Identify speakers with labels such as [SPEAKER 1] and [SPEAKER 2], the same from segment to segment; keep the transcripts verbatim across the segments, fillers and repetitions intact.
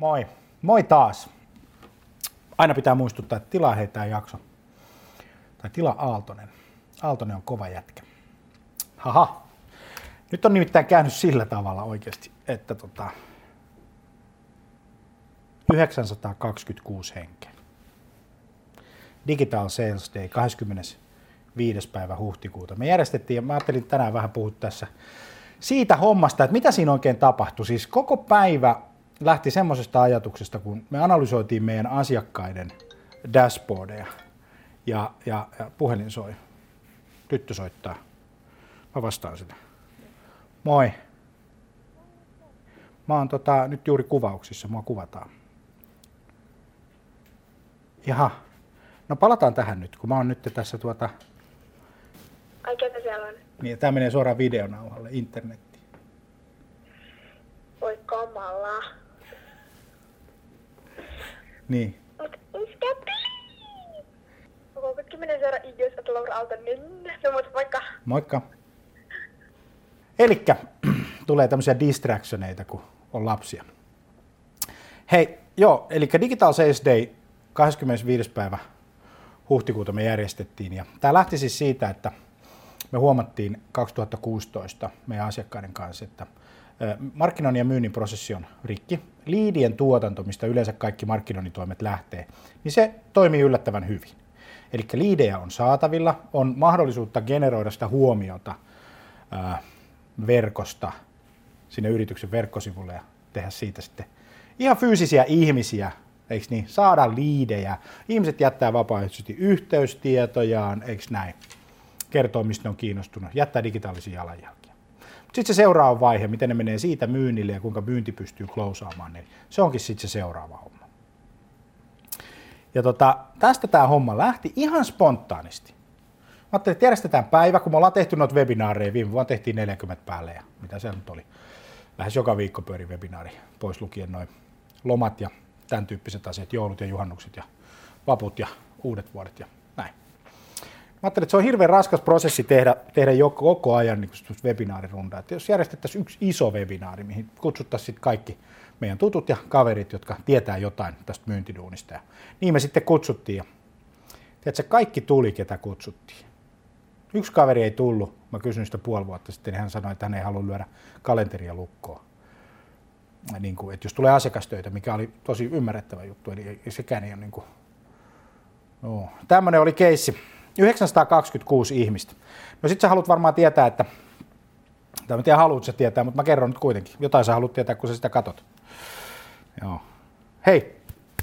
[SPEAKER 1] Moi. Moi taas. Aina pitää muistuttaa, että tilaa heitää jakso. Tai tila Aaltonen. Aaltonen on kova jätkä. Haha. Nyt on nimittäin käynyt sillä tavalla oikeasti, että tota, yhdeksänsataakaksikymmentäkuusi henkeä. Digital Sales Day, kahdeskymmenesviides päivä huhtikuuta. Me järjestettiin, ja mä ajattelin tänään vähän puhua tässä siitä hommasta, että mitä siinä oikein tapahtui. Siis koko päivä lähti semmoisesta ajatuksesta, kun me analysoitiin meidän asiakkaiden dashboardeja, ja, ja, ja puhelin soi. Tyttö soittaa. Mä vastaan sitä. Moi. Mä oon tota, nyt juuri kuvauksissa, mua kuvataan. Jaha. No palataan tähän nyt, kun mä oon nyt tässä tuota...
[SPEAKER 2] Ai ketä siellä on?
[SPEAKER 1] Niin, tää menee suoraan videonauhalle, internettiin.
[SPEAKER 2] Oi kamalaa.
[SPEAKER 1] Niin.
[SPEAKER 2] Mut iskä please! Onko kymmenen seura igios, että Laura Aaltonen? No mut moikka.
[SPEAKER 1] Moikka. Elikkä tulee tämmöisiä distractioneita, kun on lapsia. Hei, joo, eli Digital Sales Day kahdeskymmenesviides päivä huhtikuuta me järjestettiin. Ja tää lähti siis siitä, että me huomattiin kaksituhattakuusitoista meidän asiakkaiden kanssa, että markkinoinnin ja myynnin prosessi on rikki. Liidien tuotanto, mistä yleensä kaikki markkinointitoimet lähtee, niin se toimii yllättävän hyvin. Eli liidejä on saatavilla, on mahdollisuutta generoida sitä huomiota ää, verkosta sinne yrityksen verkkosivulle ja tehdä siitä sitten ihan fyysisiä ihmisiä, eikö niin? Saada liidejä. Ihmiset jättää vapaaehtoisesti yhteystietojaan, eikö näin? Kertoo, mistä ne on kiinnostunut, jättää digitaalisia jalanjälkiä. Sitten se seuraava vaihe, miten ne menee siitä myynnille ja kuinka myynti pystyy klousaamaan, niin se onkin sitten se seuraava homma. Ja tota, tästä tämä homma lähti ihan spontaanisti. Mä ajattelin, että järjestetään päivä, kun me ollaan tehty noita webinaareja, viime vuonna tehtiin neljäkymmentä päälle ja mitä se nyt oli. Lähes joka viikko pyöri webinaari, pois lukien noin lomat ja tämän tyyppiset asiat, joulut ja juhannukset ja vaput ja uudet vuodet ja näin. Mä ajattelin, että se on hirveän raskas prosessi tehdä, tehdä joko, koko ajan niin webinaarirundaa. Että jos järjestettäisiin yksi iso webinaari, mihin kutsuttaisiin kaikki meidän tutut ja kaverit, jotka tietää jotain tästä myyntiduunista. Ja niin me sitten kutsuttiin. Ja tiedätkö, kaikki tuli, ketä kutsuttiin. Yksi kaveri ei tullut. Mä kysyin sitä puoli vuotta sitten, niin hän sanoi, että hän ei halua lyödä kalenteria lukkoon. Niin kuin, että jos tulee asiakastöitä, mikä oli tosi ymmärrettävä juttu, eli sekään ei ole niin kuin... No, tämmöinen oli keissi. yhdeksänsataakaksikymmentäkuusi ihmistä. No sit sä haluat varmaan tietää, että, tai mä tiedän haluat sä tietää, mutta mä kerron nyt kuitenkin. Jotain sä haluat tietää, kun sä sitä katot. Joo. Hei.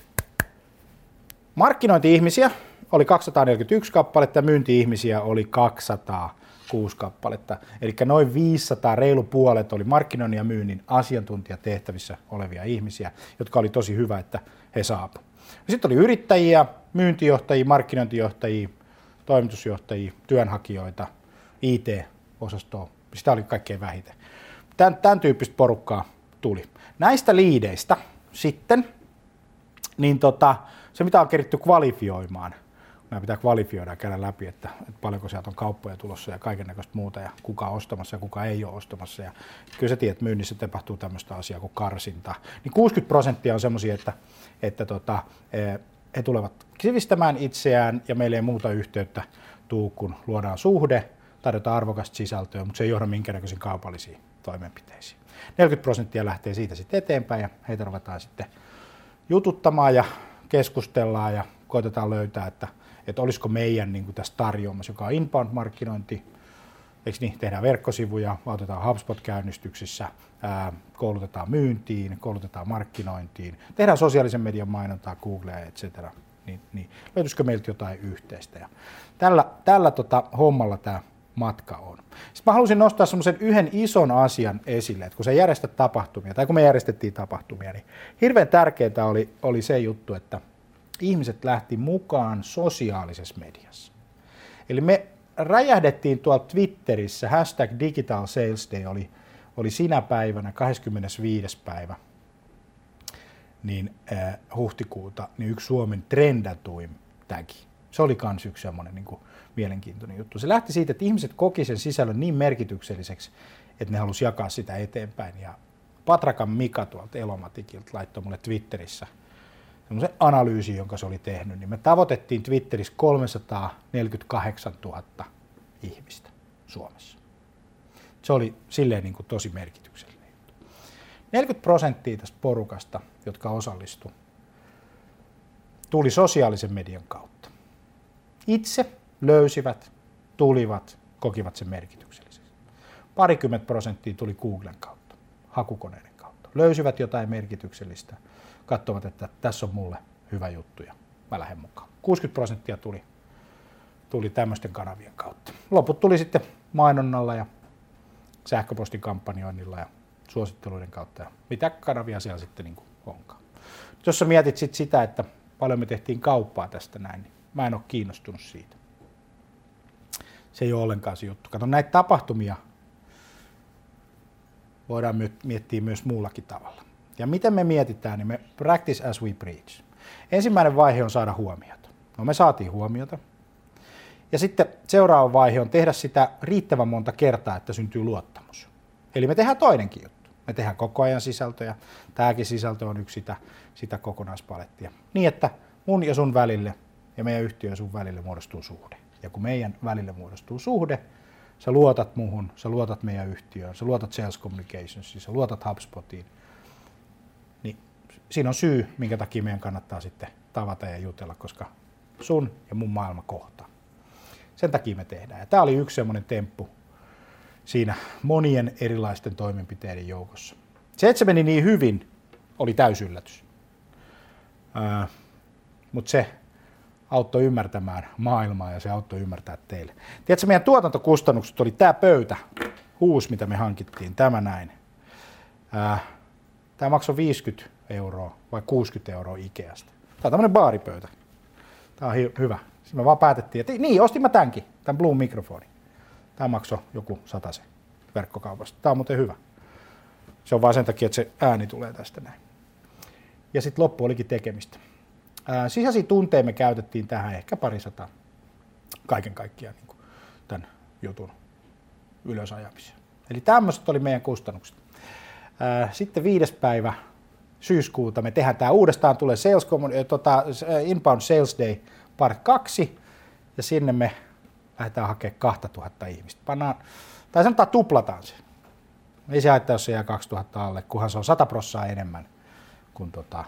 [SPEAKER 1] Markkinointi-ihmisiä oli kaksisataaneljäkymmentäyksi kappaletta ja myynti-ihmisiä oli kaksisataakuusi kappaletta. Eli noin viisisataa, reilu puolet oli markkinoinnin ja myynnin asiantuntijatehtävissä olevia ihmisiä, jotka oli tosi hyvä, että he saapu. Sitten oli yrittäjiä, myyntijohtajia, markkinointijohtajia, toimitusjohtajia, työnhakijoita, I T-osastoa, sitä oli kaikkein vähiten. Tän, tämän tyyppistä porukkaa tuli. Näistä liideistä sitten, niin tota, se mitä on keritty kvalifioimaan, nämä pitää kvalifioida ja käydä läpi, että, että paljonko sieltä on kauppoja tulossa ja kaiken näköistä muuta ja kuka on ostamassa ja kuka ei ole ostamassa. Ja kyllä sä tiedät, että myynnissä tapahtuu tämmöistä asiaa kuin karsinta. Niin kuusikymmentä prosenttia on semmoisia, että, että tota, he tulevat sivistämään itseään ja meillä ei muuta yhteyttä tuu, kun luodaan suhde, tarjotaan arvokasta sisältöä, mutta se ei johda minkäännäköisiin kaupallisiin toimenpiteisiin. neljäkymmentä prosenttia lähtee siitä sitten eteenpäin ja heitä ruvetaan sitten jututtamaan ja keskustellaan ja koitetaan löytää, että, että olisiko meidän niin kuin tässä tarjoamassa, joka on inbound-markkinointi, eikö niin, tehdään verkkosivuja, autetaan HubSpot-käynnistyksissä, ää, koulutetaan myyntiin, koulutetaan markkinointiin, tehdään sosiaalisen median mainontaa, Googlea, et cetera. Niin, niin. Löytyisikö meiltä jotain yhteistä? Ja tällä tällä tota, hommalla tämä matka on. Sitten mä halusin nostaa semmoisen yhden ison asian esille, että kun sä järjestät tapahtumia, tai kun me järjestettiin tapahtumia, niin hirveän tärkeää oli, oli se juttu, että ihmiset lähti mukaan sosiaalisessa mediassa. Eli me räjähdettiin tuolla Twitterissä, hashtag Digital Sales Day oli, oli sinä päivänä, kahdeskymmenesviides päivä niin, äh, huhtikuuta, niin yksi Suomen trendatuin tagi. Se oli kans yksi semmoinen niin kuin mielenkiintoinen juttu. Se lähti siitä, että ihmiset koki sen sisällön niin merkitykselliseksi, että ne halusi jakaa sitä eteenpäin. Ja Patrakan Mika tuolta Elomatikilta laittoi mulle Twitterissä semmoisen analyysin, jonka se oli tehnyt, niin me tavoitettiin Twitterissä kolmesataaneljäkymmentäkahdeksantuhatta ihmistä Suomessa. Se oli silleen niin kuin tosi merkityksellinen juttu. neljäkymmentä prosenttia tästä porukasta, jotka osallistu, tuli sosiaalisen median kautta. Itse löysivät, tulivat, kokivat sen merkitykselliseksi. Parikymmentä prosenttia tuli Googlen kautta, hakukoneiden kautta. Löysivät jotain merkityksellistä, katsovat, että tässä on mulle hyvä juttu ja mä lähden mukaan. kuusikymmentä prosenttia tuli, tuli tämmöisten kanavien kautta. Loput tuli sitten mainonnalla ja sähköpostikampanjoinnilla ja suositteluiden kautta ja mitä kanavia siellä sitten niin kuin onkaan. Jos sä mietit sit sitä, että paljon me tehtiin kauppaa tästä näin, niin mä en ole kiinnostunut siitä. Se ei ole ollenkaan se juttu. Kato, näitä tapahtumia voidaan miettiä myös muullakin tavalla. Ja miten me mietitään, niin me practice as we preach. Ensimmäinen vaihe on saada huomiota. No me saatiin huomiota. Ja sitten seuraava vaihe on tehdä sitä riittävän monta kertaa, että syntyy luottamus. Eli me tehdään toinenkin juttu. Me tehdään koko ajan sisältöjä. Tämäkin sisältö on yksi sitä, sitä kokonaispalettia. Niin, että mun ja sun välille ja meidän yhtiö ja sun välille muodostuu suhde. Ja kun meidän välille muodostuu suhde, sä luotat muhun, sä luotat meidän yhtiöön, sä luotat Sales Communicationsiin, sä luotat HubSpotiin, niin siinä on syy, minkä takia meidän kannattaa sitten tavata ja jutella, koska sun ja mun maailma kohtaa. Sen takia me tehdään. Ja tää oli yksi semmoinen temppu siinä monien erilaisten toimenpiteiden joukossa. Se, että se meni niin hyvin, oli täysyllätys. Äh, Mutta se auttoi ymmärtämään maailmaa ja se auttoi ymmärtää teille. Tiedätkö, meidän tuotantokustannukset oli tämä pöytä, uusi, mitä me hankittiin, tämä näin. Äh, tämä maksoi viisikymmentä euroa vai kuusikymmentä euroa Ikeasta. Tämä on tämmöinen baaripöytä. Tämä on hi- hyvä. Sitten me vaan päätettiin, että niin, ostin mä tämänkin, tämän Blue mikrofonin. Tämä maksoi joku satasen verkkokaupasta. Tämä on muuten hyvä. Se on vaan sen takia, että se ääni tulee tästä näin. Ja sitten loppu olikin tekemistä. Ää, sisäisiä tunteja me käytettiin tähän ehkä parisataa kaiken kaikkiaan niin kuin tämän jutun ylösajamiseen. Eli tämmöiset oli meidän kustannukset. Ää, sitten viides päivä syyskuuta me tehdään tämä uudestaan, tulee sales, tota, Inbound Sales Day part kaksi ja sinne me lähdetään hakemaan kaksituhatta ihmistä. Pannaan, tai sanotaan tuplataan se. Ei se haittaa, jos se jää kaksituhatta alle, kunhan se on sata prosenttia enemmän kuin tota,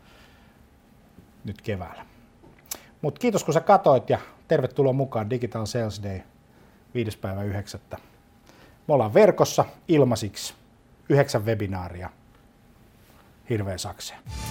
[SPEAKER 1] nyt keväällä. Mutta kiitos kun sä katoit ja tervetuloa mukaan Digital Sales Day viides päivä yhdeksättä. Me ollaan verkossa ilmaisiksi, yhdeksän webinaaria, hirveä sakseen.